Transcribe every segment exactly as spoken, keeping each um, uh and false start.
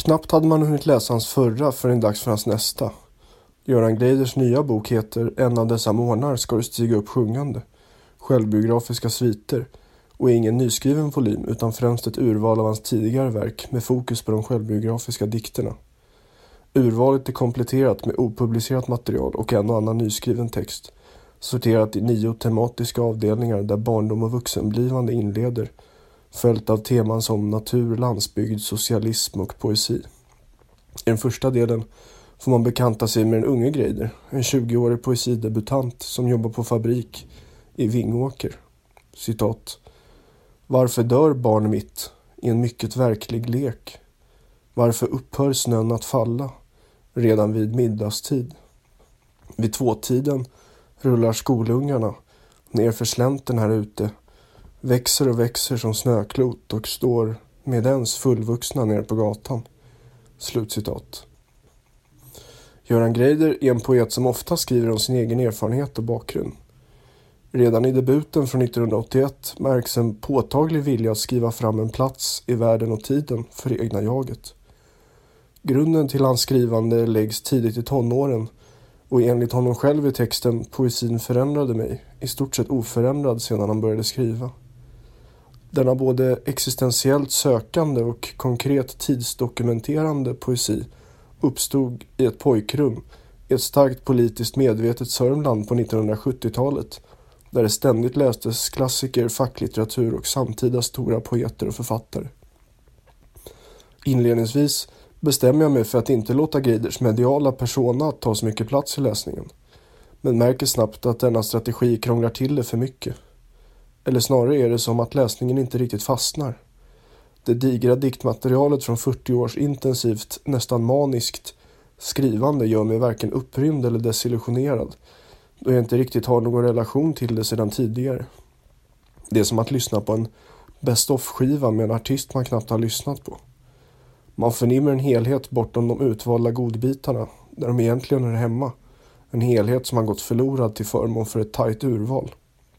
Knappt hade man hunnit läsa hans förra förrän dags för hans nästa. Göran Greiders nya bok heter En av dessa månader ska du stiga upp sjungande. Självbiografiska sviter och ingen nyskriven volym utan främst ett urval av hans tidigare verk med fokus på de självbiografiska dikterna. Urvalet är kompletterat med opublicerat material och en och annan nyskriven text, sorterat i nio tematiska avdelningar där barndom och vuxenblivande inleder, följt av teman som natur, landsbygd, socialism och poesi. I den första delen får man bekanta sig med den unge Greider, en tjugoårig poesidebutant som jobbar på fabrik i Vingåker. Citat. Varför dör barn mitt i en mycket verklig lek? Varför upphör snön att falla redan vid middagstid? Vid tvåtiden rullar skolungarna ner för slänten här ute, växer och växer som snöklot och står med ens fullvuxna ner på gatan. Slutcitat. Göran Greider är en poet som ofta skriver om sin egen erfarenhet och bakgrund. Redan i debuten från nittonhundraåttioett märks en påtaglig vilja att skriva fram en plats i världen och tiden för egna jaget. Grunden till hans skrivande läggs tidigt i tonåren och enligt honom själv i texten poesin förändrade mig, i stort sett oförändrad sedan han började skriva. Denna både existentiellt sökande och konkret tidsdokumenterande poesi uppstod i ett pojkrum i ett starkt politiskt medvetet Sörmland på nittonhundrasjuttiotalet, där det ständigt lästes klassiker, facklitteratur och samtida stora poeter och författare. Inledningsvis bestämmer jag mig för att inte låta Greiders mediala persona ta så mycket plats i läsningen, men märker snabbt att denna strategi krånglar till det för mycket. Eller snarare är det som att läsningen inte riktigt fastnar. Det digra diktmaterialet från fyrtio års intensivt, nästan maniskt skrivande gör mig varken upprymd eller desillusionerad, då jag inte riktigt har någon relation till det sedan tidigare. Det är som att lyssna på en best-of-skiva med en artist man knappt har lyssnat på. Man förnimmer en helhet bortom de utvalda godbitarna, där de egentligen är hemma. En helhet som har gått förlorad till förmån för ett tajt urval.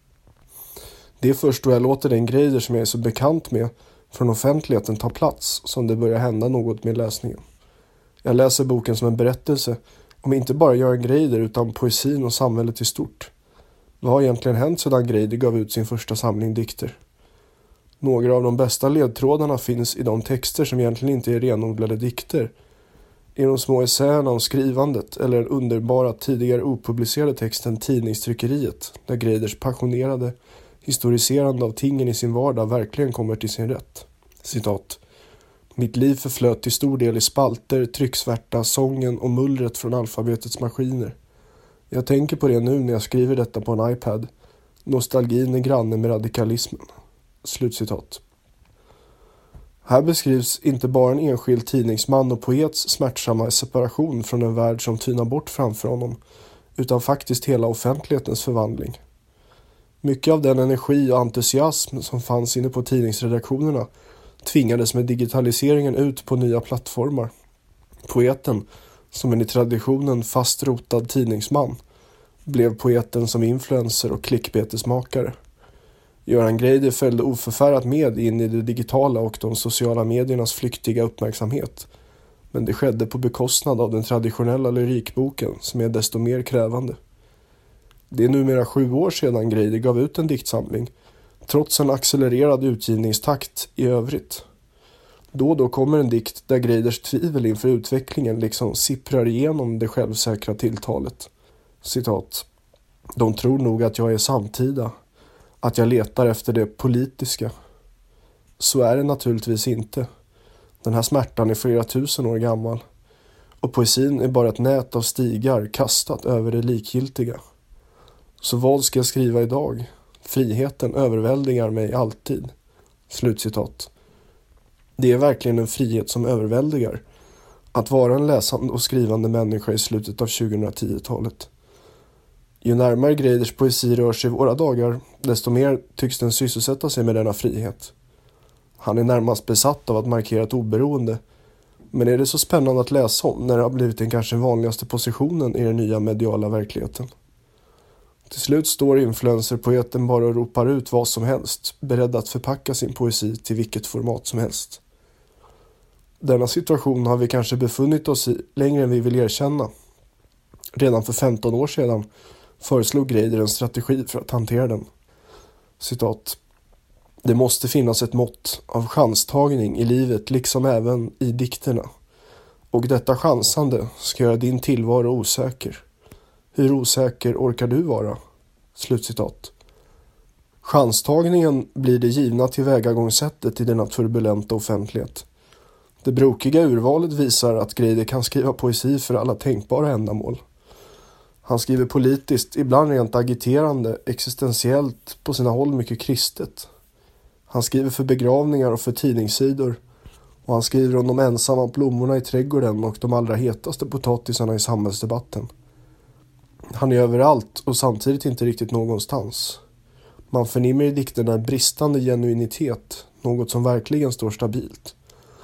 Det är först då jag låter den Greider som jag är så bekant med från offentligheten ta plats som det börjar hända något med läsningen. Jag läser boken som en berättelse om inte bara Göran Greider utan poesin och samhället i stort. Vad har egentligen hänt sedan Greider gav ut sin första samling dikter? Några av de bästa ledtrådarna finns i de texter som egentligen inte är renodlade dikter. I de små essäerna om skrivandet eller den underbara tidigare opublicerade texten Tidningstryckeriet, där Greiders passionerade historiserande av tingen i sin vardag verkligen kommer till sin rätt. Citat. Mitt liv förflöt till stor del i spalter, trycksvärta, sången och mullret från alfabetets maskiner. Jag tänker på det nu när jag skriver detta på en iPad. Nostalgin är granne med radikalismen. Slutcitat. Här beskrivs inte bara en enskild tidningsman och poets smärtsamma separation från en värld som tynar bort framför honom, utan faktiskt hela offentlighetens förvandling. Mycket av den energi och entusiasm som fanns inne på tidningsredaktionerna tvingades med digitaliseringen ut på nya plattformar. Poeten, som en i traditionen fast rotad tidningsman, blev poeten som influencer och klickbetesmakare. Göran Greider följde oförfärat med in i det digitala och de sociala mediernas flyktiga uppmärksamhet, men det skedde på bekostnad av den traditionella lyrikboken som är desto mer krävande. Det är numera sju år sedan Greider gav ut en diktsamling, trots en accelererad utgivningstakt i övrigt. Då och då kommer en dikt där Greiders tvivel inför utvecklingen liksom sipprar igenom det självsäkra tilltalet. Citat. De tror nog att jag är samtida, att jag letar efter det politiska. Så är det naturligtvis inte. Den här smärtan är flera tusen år gammal. Och poesin är bara ett nät av stigar kastat över det likgiltiga. Så vad ska jag skriva idag? Friheten överväldigar mig alltid. Slutcitat. Det är verkligen en frihet som överväldigar. Att vara en läsande och skrivande människa i slutet av tjugohundratio-talet. Ju närmare Greiders poesi rör sig i våra dagar, desto mer tycks den sysselsätta sig med denna frihet. Han är närmast besatt av att markera ett oberoende. Men är det så spännande att läsa om när det har blivit den kanske vanligaste positionen i den nya mediala verkligheten? Till slut står influencerpoeten bara och ropar ut vad som helst, beredd att förpacka sin poesi till vilket format som helst. Denna situation har vi kanske befunnit oss i längre än vi vill erkänna. Redan för femton år sedan föreslog Greider en strategi för att hantera den. Citat. Det måste finnas ett mått av chanstagning i livet liksom även i dikterna. Och detta chansande ska göra din tillvaro osäker. Hur osäker orkar du vara? Slutcitat. Chanstagningen blir det givna tillvägagångssättet i denna turbulenta offentlighet. Det brokiga urvalet visar att Greider kan skriva poesi för alla tänkbara ändamål. Han skriver politiskt, ibland rent agiterande, existentiellt, på sina håll mycket kristet. Han skriver för begravningar och för tidningssidor. Och han skriver om de ensamma blommorna i trädgården och de allra hetaste potatisarna i samhällsdebatten. Han är överallt och samtidigt inte riktigt någonstans. Man förnimmer i dikterna en bristande genuinitet, något som verkligen står stabilt.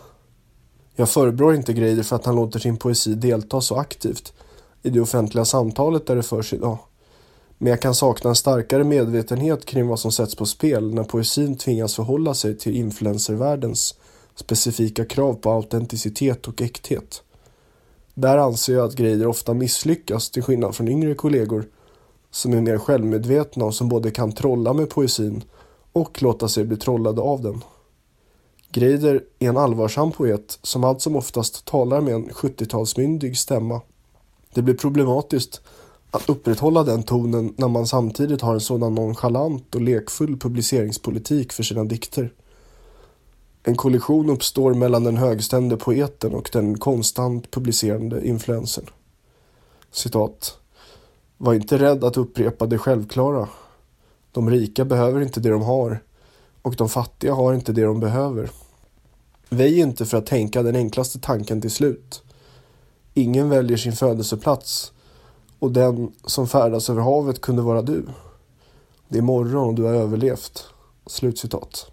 Jag förebrår inte Greider för att han låter sin poesi delta så aktivt i det offentliga samtalet där det förs idag. Men jag kan sakna en starkare medvetenhet kring vad som sätts på spel när poesin tvingas förhålla sig till influencervärldens specifika krav på autenticitet och äkthet. Där anser jag att Greider ofta misslyckas till skillnad från yngre kollegor som är mer självmedvetna och som både kan trolla med poesin och låta sig bli trollade av den. Greider är en allvarsam poet som allt som oftast talar med en sjuttiotalsmyndig stämma. Det blir problematiskt att upprätthålla den tonen när man samtidigt har en sådan nonchalant och lekfull publiceringspolitik för sina dikter. En kollision uppstår mellan den högstände poeten och den konstant publicerande influensen. Citat. Var inte rädd att upprepa det självklara. De rika behöver inte det de har och de fattiga har inte det de behöver. Väj inte för att tänka den enklaste tanken till slut. Ingen väljer sin födelseplats och den som färdas över havet kunde vara du. Det är morgon och du har överlevt. Slutcitat.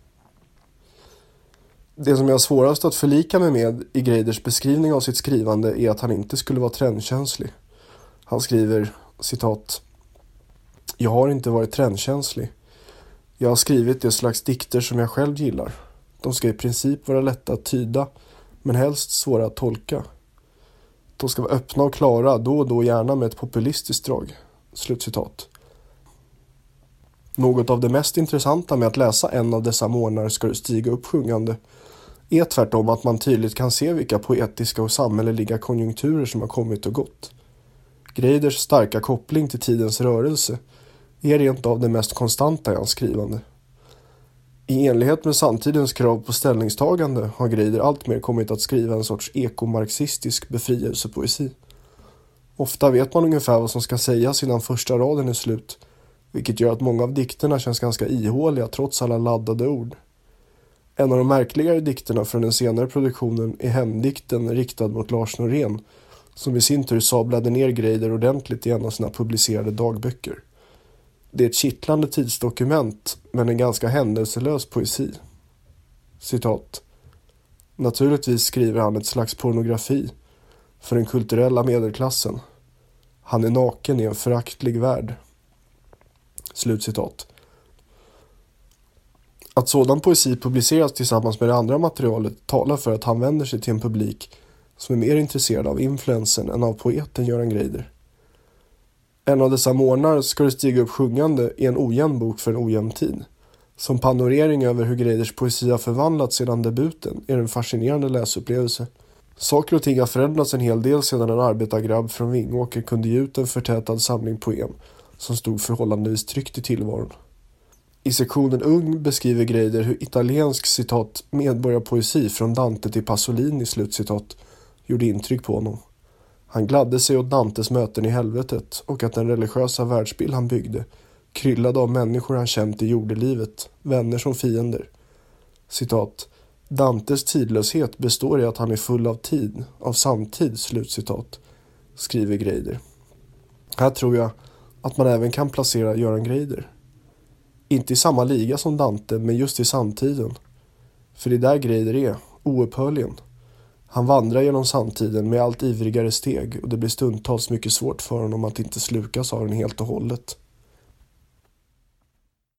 Det som jag har svårast att förlika mig med i Greiders beskrivning av sitt skrivande är att han inte skulle vara trendkänslig. Han skriver, citat, jag har inte varit trendkänslig. Jag har skrivit det slags dikter som jag själv gillar. De ska i princip vara lätta att tyda, men helst svåra att tolka. De ska vara öppna och klara, då och då gärna med ett populistiskt drag. Slutcitat. Något av det mest intressanta med att läsa en av dessa månader ska du stiga upp sjungande är tvärtom att man tydligt kan se vilka poetiska och samhälleliga konjunkturer som har kommit och gått. Greiders starka koppling till tidens rörelse är rent av det mest konstanta i hans skrivande. I enlighet med samtidens krav på ställningstagande har Greider alltmer kommit att skriva en sorts ekomarxistisk befrielsepoesi. Ofta vet man ungefär vad som ska sägas innan första raden är slut, vilket gör att många av dikterna känns ganska ihåliga trots alla laddade ord. En av de märkligare dikterna från den senare produktionen är hemdikten riktad mot Lars Norén, som i sin tur sablade ner Greider ordentligt i en av sina publicerade dagböcker. Det är ett kittlande tidsdokument, men en ganska händelselös poesi. Citat. Naturligtvis skriver han ett slags pornografi för den kulturella medelklassen. Han är naken i en föraktlig värld. Slutcitat. Att sådan poesi publiceras tillsammans med det andra materialet talar för att han vänder sig till en publik som är mer intresserad av influensen än av poeten Göran Greider. En av dessa månader ska det stiga upp sjungande i en ojämn bok för en ojämn tid. Som panorering över hur Greiders poesi har förvandlats sedan debuten är en fascinerande läsupplevelse. Saker och ting har förändrats en hel del sedan en arbetargrabb från Vingåker kunde ge ut en förtätad samling poem som stod förhållandevis tryggt i tillvaron. I sektionen Ung beskriver Greider hur italiensk citat medborgarpoesi från Dante till Pasolini slutcitat gjorde intryck på honom. Han gladde sig åt Dantes möten i helvetet och att den religiösa världsbild han byggde kryllade av människor han känt i jordelivet, vänner som fiender. Citat, Dantes tidlöshet består i att han är full av tid, av samtid, slutcitat, skriver Greider. Här tror jag att man även kan placera Göran Greider. Inte i samma liga som Dante, men just i samtiden. För det är där Greider är, oupphörligen. Han vandrar genom samtiden med allt ivrigare steg och det blir stundtals mycket svårt för honom att inte slukas av den helt och hållet.